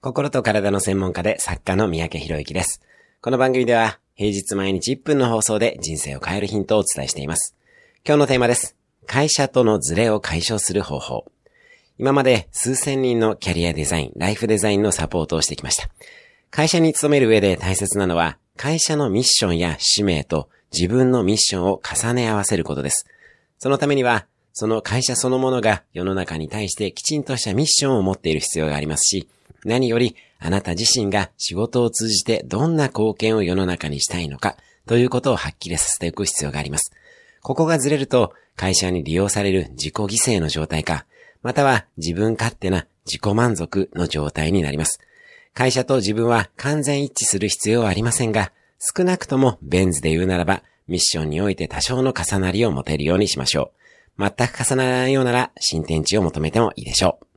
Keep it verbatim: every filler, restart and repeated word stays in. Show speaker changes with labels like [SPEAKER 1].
[SPEAKER 1] 心と体の専門家で作家の三宅博之です。この番組では平日毎日いっぷんの放送で人生を変えるヒントをお伝えしています。今日のテーマです。会社とのズレを解消する方法。今まで数千人のキャリアデザイン、ライフデザインのサポートをしてきました。会社に勤める上で大切なのは会社のミッションや使命と自分のミッションを重ね合わせることです。そのためにはその会社そのものが世の中に対してきちんとしたミッションを持っている必要がありますし、何よりあなた自身が仕事を通じてどんな貢献を世の中にしたいのかということをはっきりさせておく必要があります。ここがずれると会社に利用される自己犠牲の状態か、または自分勝手な自己満足の状態になります。会社と自分は完全一致する必要はありませんが、少なくともベン図で言うならばミッションにおいて多少の重なりを持てるようにしましょう。全く重ならないようなら新天地を求めてもいいでしょう。